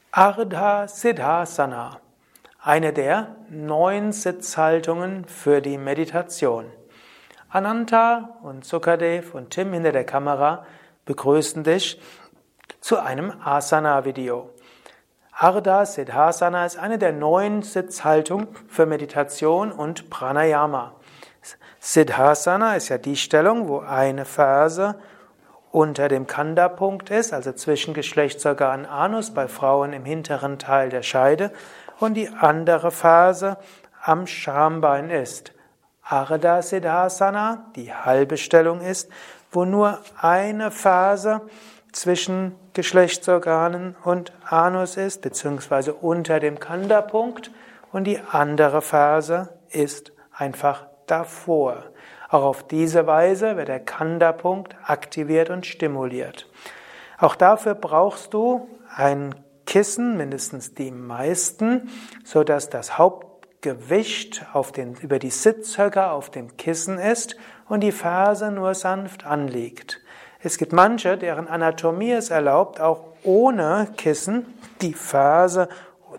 Ardha Siddhasana, eine der 9 Sitzhaltungen für die Meditation. Ananta und Sukadev und Tim hinter der Kamera begrüßen dich zu einem Asana-Video. Ardha Siddhasana ist eine der 9 Sitzhaltungen für Meditation und Pranayama. Siddhasana ist ja die Stellung, wo eine Ferse unter dem Kanda-Punkt ist, also zwischen Geschlechtsorgan Anus, bei Frauen im hinteren Teil der Scheide, und die andere Ferse am Schambein ist. Ardha Siddhasana, die halbe Stellung ist, wo nur eine Ferse zwischen Geschlechtsorganen und Anus ist, beziehungsweise unter dem Kanda-Punkt, und die andere Ferse ist einfach davor. Auch auf diese Weise wird der Kanda-Punkt aktiviert und stimuliert. Auch dafür brauchst du ein Kissen, mindestens die meisten, so dass das Hauptgewicht über die Sitzhöcker auf dem Kissen ist und die Ferse nur sanft anliegt. Es gibt manche, deren Anatomie es erlaubt, auch ohne Kissen die Ferse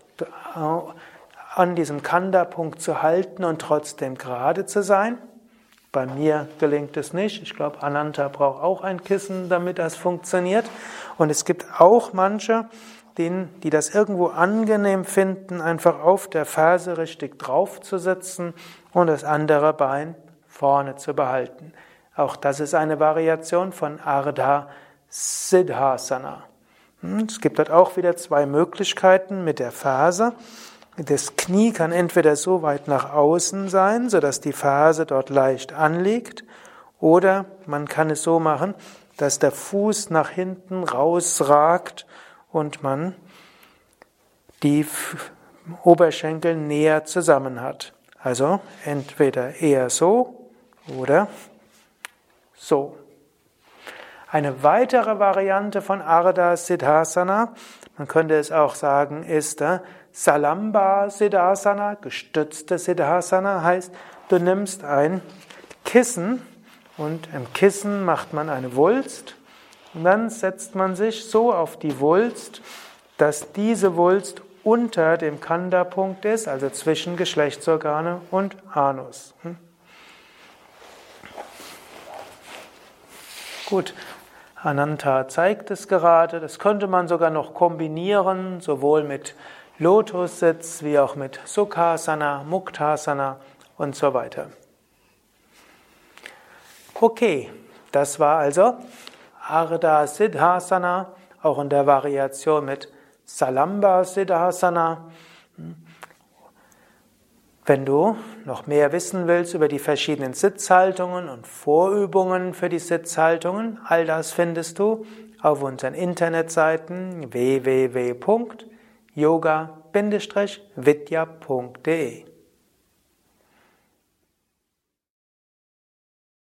an diesem Kanda-Punkt zu halten und trotzdem gerade zu sein. Bei mir gelingt es nicht. Ich glaube, Ananta braucht auch ein Kissen, damit das funktioniert. Und es gibt auch manche, die das irgendwo angenehm finden, einfach auf der Ferse richtig drauf zu sitzen und das andere Bein vorne zu behalten. Auch das ist eine Variation von Ardha Siddhasana. Es gibt dort auch wieder 2 Möglichkeiten mit der Ferse. Das Knie kann entweder so weit nach außen sein, sodass die Ferse dort leicht anliegt, oder man kann es so machen, dass der Fuß nach hinten rausragt und man die Oberschenkel näher zusammen hat. Also entweder eher so oder so. Eine weitere Variante von Ardha Siddhasana, man könnte es auch sagen, ist Salamba Siddhasana, gestützte Siddhasana, heißt, du nimmst ein Kissen und im Kissen macht man eine Wulst und dann setzt man sich so auf die Wulst, dass diese Wulst unter dem Kanda-Punkt ist, also zwischen Geschlechtsorgane und Anus. Gut, Ananta zeigt es gerade. Das könnte man sogar noch kombinieren, sowohl mit Lotussitz wie auch mit Sukhasana, Muktasana und so weiter. Okay, das war also Ardha Siddhasana, auch in der Variation mit Salamba Siddhasana. Wenn du noch mehr wissen willst über die verschiedenen Sitzhaltungen und Vorübungen für die Sitzhaltungen, all das findest du auf unseren Internetseiten www.yoga-vidya.de